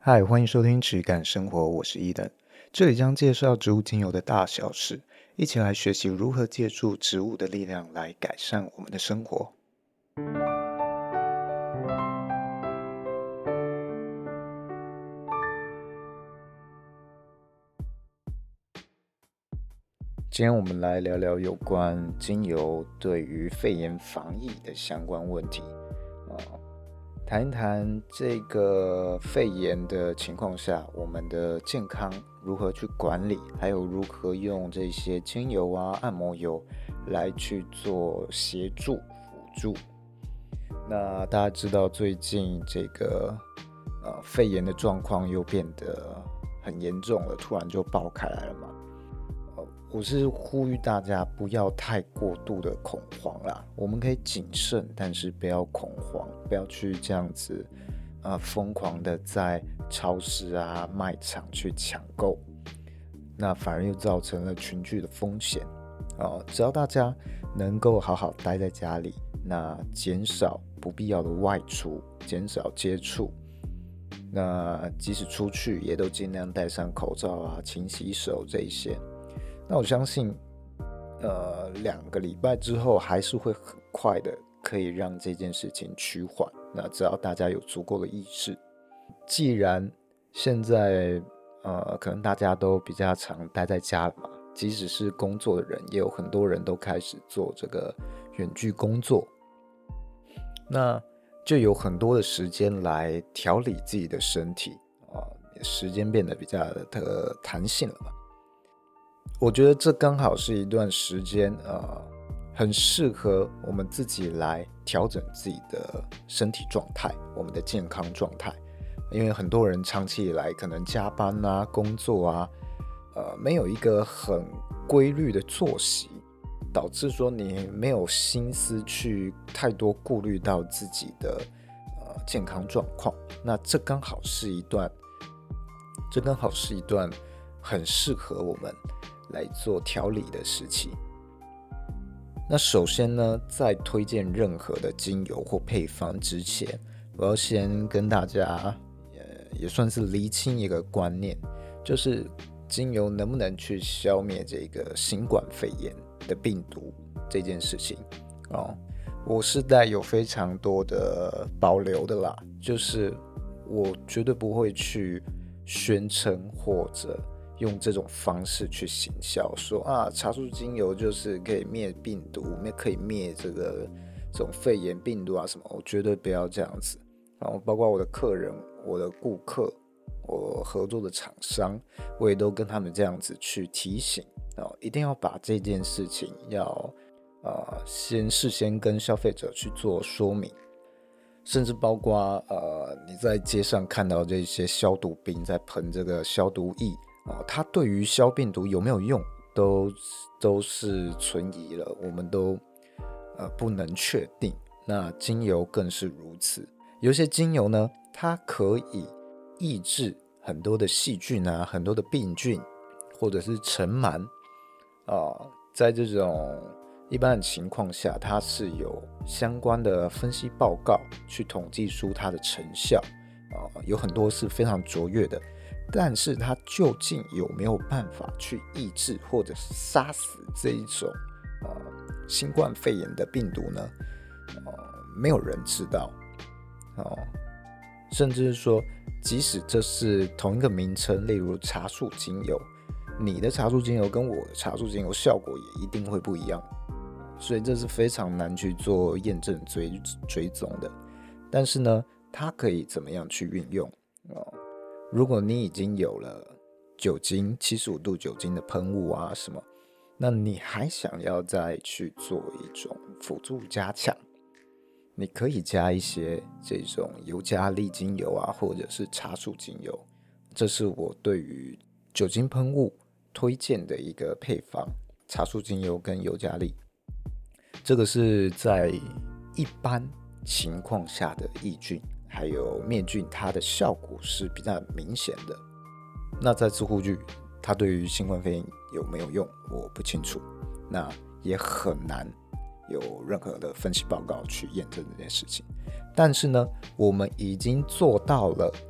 嗨，欢迎收听质感生活，我是伊登。这里将介绍植物精油的大小事，一起来学习如何借助植物的力量来改善我们的生活。今天我们来聊聊有关精油对于肺炎防疫的相关问题。谈一谈这个肺炎的情况下，我们的健康如何去管理，还有如何用这些精油啊、按摩油来去做协助、辅助。那大家知道最近这个肺炎的状况又变得很严重了，突然就爆开来了嘛。我是呼吁大家不要太过度的恐慌啦，我们可以谨慎，但是不要恐慌，不要去这样子疯狂的在超市啊、卖场去抢购，那反而又造成了群聚的风险。只要大家能够好好待在家里，那减少不必要的外出，减少接触，那即使出去也都尽量戴上口罩啊、勤洗手这一些。那我相信2个礼拜之后还是会很快的可以让这件事情趋缓，那只要大家有足够的意识。既然现在可能大家都比较常待在家了嘛，即使是工作的人，也有很多人都开始做这个远距工作，那就有很多的时间来调理自己的身体时间变得比较的弹性了嘛。我觉得这刚好是一段时间很适合我们自己来调整自己的身体状态，我们的健康状态。因为很多人长期以来可能加班啊、工作啊，没有一个很规律的作息，导致说你没有心思去太多顾虑到自己的健康状况。那这刚好是一段很适合我们来做调理的时期。那首先呢，在推荐任何的精油或配方之前，我要先跟大家也算是厘清一个观念，就是精油能不能去消灭这个新冠肺炎的病毒这件事情我是带有非常多的保留的啦，就是我绝对不会去宣称或者用这种方式去行销，说茶树精油就是可以灭病毒，可以灭这种肺炎病毒啊什么，我绝对不要这样子。然后包括我的客人、我的顾客、我合作的厂商，我也都跟他们这样子去提醒一定要把这件事情要事先跟消费者去做说明。甚至包括你在街上看到这些消毒兵在喷这个消毒液它对于消病毒有没有用都是存疑了，我们都不能确定。那精油更是如此，有些精油呢，它可以抑制很多的细菌啊、很多的病菌或者是尘螨在这种一般的情况下，它是有相关的分析报告去统计出它的成效有很多是非常卓越的，但是它究竟有没有办法去抑制或者杀死这一种新冠肺炎的病毒呢？没有人知道甚至是说，即使这是同一个名称，例如茶树精油，你的茶树精油跟我的茶树精油效果也一定会不一样，所以这是非常难去做验证追踪的。但是呢，它可以怎么样去运用如果你已经有了酒精75度酒精的喷雾啊什么，那你还想要再去做一种辅助加强，你可以加一些这种尤加利精油啊，或者是茶树精油，这是我对于酒精喷雾推荐的一个配方，茶树精油跟尤加利。这个是在一般情况下的抑菌还有灭菌，它的效果是比较明显的。那再次呼吁，它对于新冠肺炎有没有用我不清楚，那也很难有任何的分析报告去验证这件事情。但是呢，我们已经做到了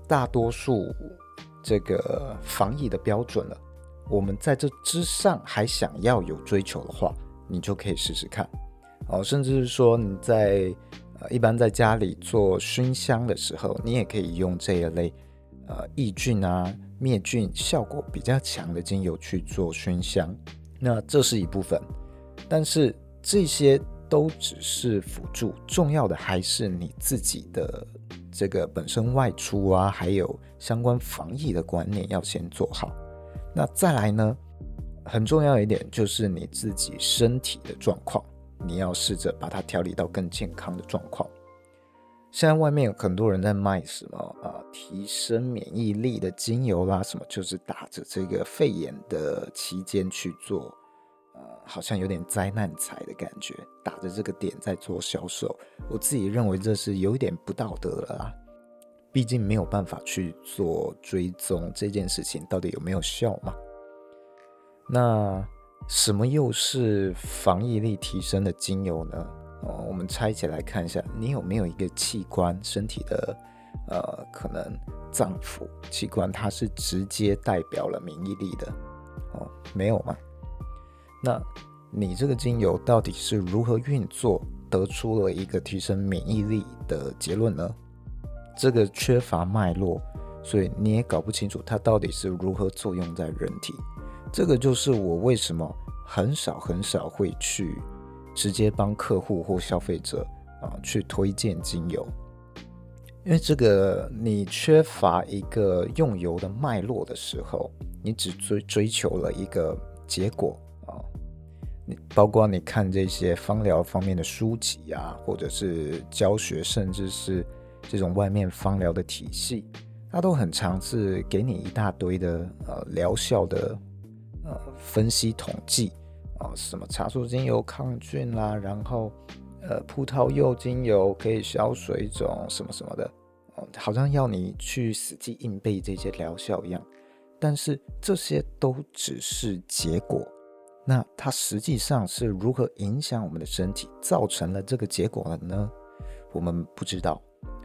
大多数这个防疫的标准了，我们在这之上还想要有追求的话，你就可以试试看甚至是说你在一般在家里做熏香的时候，你也可以用这一类抑菌啊、灭菌效果比较强的精油去做熏香。那这是一部分，但是这些都只是辅助，重要的还是你自己的这个本身外出啊，还有相关防疫的观念要先做好。那再来呢，很重要一点就是你自己身体的状况，你要试着把它调理到更健康的状况。现在外面有很多人在卖什么提升免疫力的精油啦，什么就是打着这个肺炎的期间去做好像有点灾难财的感觉，打着这个点在做销售。我自己认为这是有一点不道德了啦，毕竟没有办法去做追踪这件事情到底有没有效嘛。那什么又是防疫力提升的精油呢？我们拆起来看一下，你有没有一个器官，身体的可能脏腑器官，它是直接代表了免疫力的没有吗？那你这个精油到底是如何运作，得出了一个提升免疫力的结论呢？这个缺乏脉络，所以你也搞不清楚它到底是如何作用在人体。这个就是我为什么很少会去直接帮客户或消费者去推荐精油，因为这个你缺乏一个用油的脉络的时候，你只追求了一个结果包括你看这些芳疗方面的书籍啊，或者是教学，甚至是这种外面芳疗的体系，它都很常是给你一大堆的疗效的分析统计什么茶树精油抗菌啦，然后葡萄柚精油可以消水肿什么什么的好像要你去死记硬背这些疗效一样，但是这些都只是结果。那它实际上是如何影响我们的身体，造成了这个结果了呢？我们不知道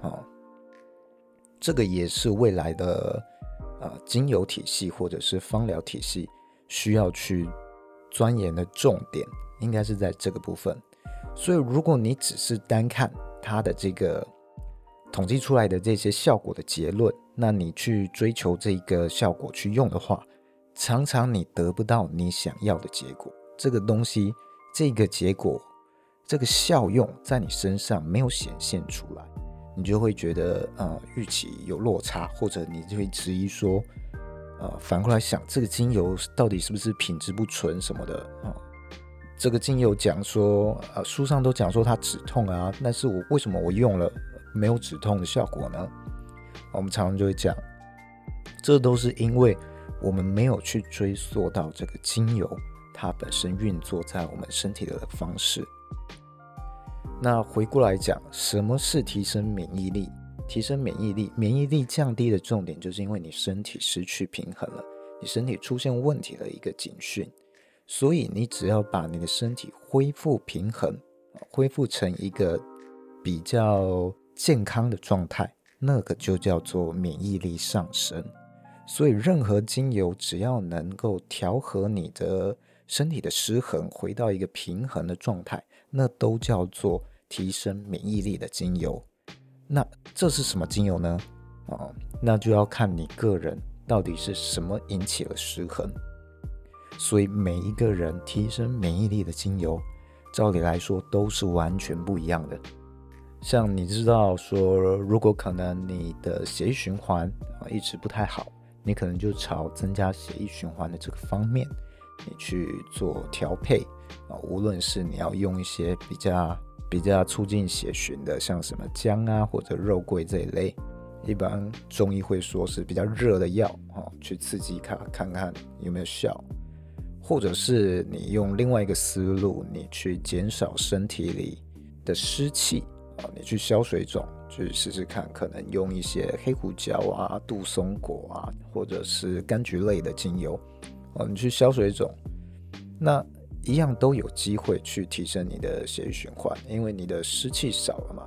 这个也是未来的精油体系或者是芳疗体系需要去钻研的重点，应该是在这个部分。所以如果你只是单看它的这个统计出来的这些效果的结论，那你去追求这个效果去用的话，常常你得不到你想要的结果。这个东西，这个结果，这个效用在你身上没有显现出来，你就会觉得预期有落差，或者你就会质疑说反过来想，这个精油到底是不是品质不纯什么的这个精油讲说书上都讲说它止痛啊，但是为什么我用了没有止痛的效果呢？我们常常就会讲，这都是因为我们没有去追溯到这个精油它本身运作在我们身体的方式。那回过来讲，什么是提升免疫力？提升免疫力，免疫力降低的重点就是因为你身体失去平衡了，你身体出现问题的一个警讯。所以你只要把你的身体恢复平衡，恢复成一个比较健康的状态，那个就叫做免疫力上升。所以任何精油只要能够调和你的身体的失衡，回到一个平衡的状态，那都叫做提升免疫力的精油。那这是什么精油呢？那就要看你个人到底是什么引起了失衡。所以每一个人提升免疫力的精油，照理来说都是完全不一样的。像你知道说，如果可能你的血液循环一直不太好，你可能就朝增加血液循环的这个方面你去做调配无论是你要用一些比较促进血循的，像什么姜啊或者肉桂这一类，一般中医会说是比较热的药去刺激它，看看有没有效。或者是你用另外一个思路，你去减少身体里的湿气你去消水肿，去试试看，可能用一些黑胡椒啊、杜松果啊，或者是柑橘类的精油你去消水肿，那一样都有机会去提升你的血液循环，因为你的湿气少了嘛，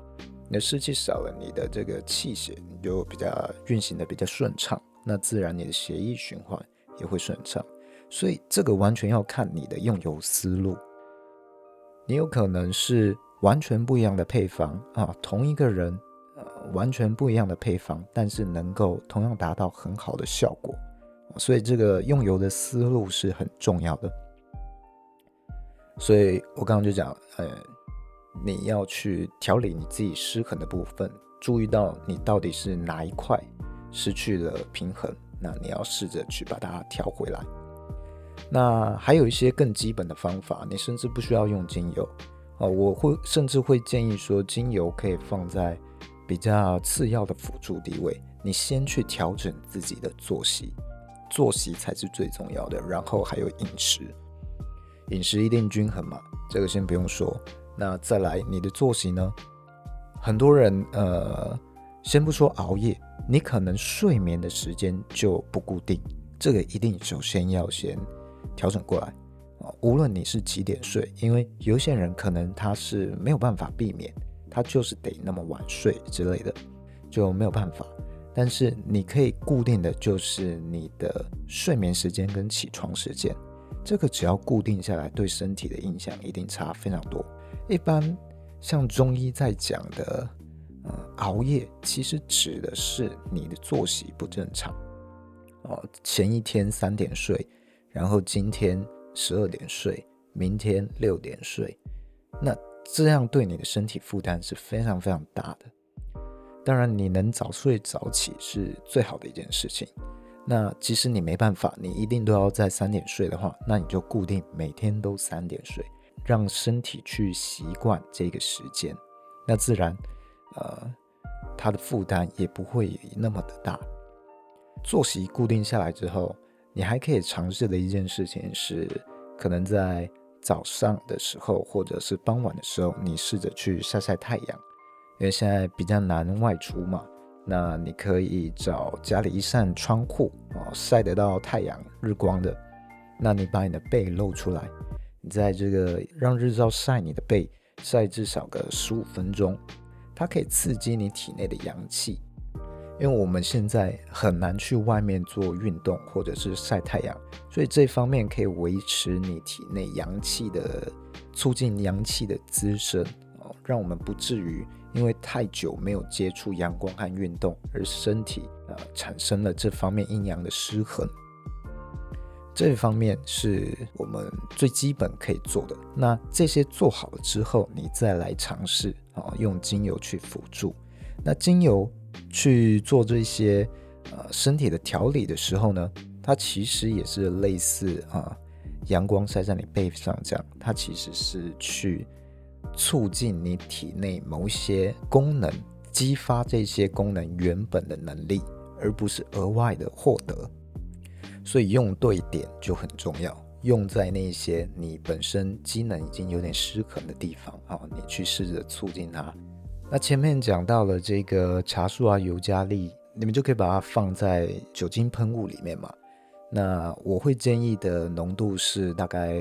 你的湿气少了，你的这个气血你就比较运行的比较顺畅，那自然你的血液循环也会顺畅。所以这个完全要看你的用油思路。你有可能是完全不一样的配方同一个人完全不一样的配方，但是能够同样达到很好的效果。所以这个用油的思路是很重要的。所以我刚刚就讲你要去调理你自己失衡的部分，注意到你到底是哪一块失去了平衡，那你要试着去把它调回来。那还有一些更基本的方法，你甚至不需要用精油我甚至会建议说，精油可以放在比较次要的辅助地位，你先去调整自己的作息，作息才是最重要的，然后还有饮食，饮食一定均衡嘛，这个先不用说。那再来你的作息呢，很多人先不说熬夜，你可能睡眠的时间就不固定，这个一定首先要先调整过来无论你是几点睡，因为有些人可能他是没有办法避免，他就是得那么晚睡之类的，就没有办法。但是你可以固定的就是你的睡眠时间跟起床时间，这个只要固定下来，对身体的影响一定差非常多。一般像中医在讲的熬夜，其实指的是你的作息不正常前一天3点睡，然后今天12点睡，明天6点睡，那这样对你的身体负担是非常非常大的。当然你能早睡早起是最好的一件事情，那即使你没办法，你一定都要在3点睡的话，那你就固定每天都3点睡，让身体去习惯这个时间，那自然它的负担也不会那么的大。作息固定下来之后，你还可以尝试的一件事情是，可能在早上的时候或者是傍晚的时候，你试着去晒晒太阳，因为现在比较难外出嘛，那你可以找家里一扇窗户晒得到太阳日光的，那你把你的背露出来，你在这个让日照晒你的背，晒至少个15分钟，它可以刺激你体内的阳气。因为我们现在很难去外面做运动或者是晒太阳，所以这方面可以维持你体内阳气的，促进阳气的滋生让我们不至于因为太久没有接触阳光和运动而身体产生了这方面阴阳的失衡。这方面是我们最基本可以做的。那这些做好了之后，你再来尝试用精油去辅助。那精油去做这些身体的调理的时候呢，它其实也是类似阳光晒在你背上这样，它其实是去促进你体内某一些功能，激发这些功能原本的能力，而不是额外的获得。所以用对点就很重要，用在那些你本身机能已经有点失衡的地方你去试着促进它。那前面讲到了这个茶树尤加利，你们就可以把它放在酒精喷雾里面嘛。那我会建议的浓度是大概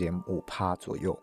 2.5% 左右。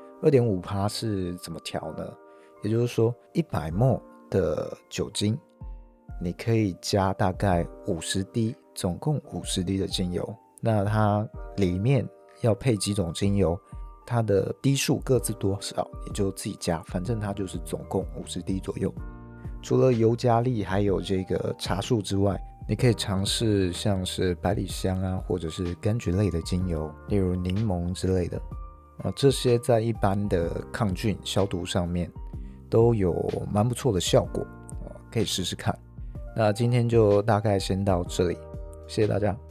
2.5% 是怎么调呢？也就是说100 ml 的酒精你可以加大概50滴，总共50滴的精油。那它里面要配几种精油，它的滴数各自多少你就自己加，反正它就是总共50滴左右。除了尤加利还有这个茶树之外，你可以尝试像是百里香或者是柑橘类的精油，例如柠檬之类的这些在一般的抗菌消毒上面都有蛮不错的效果可以试试看。那今天就大概先到这里，谢谢大家。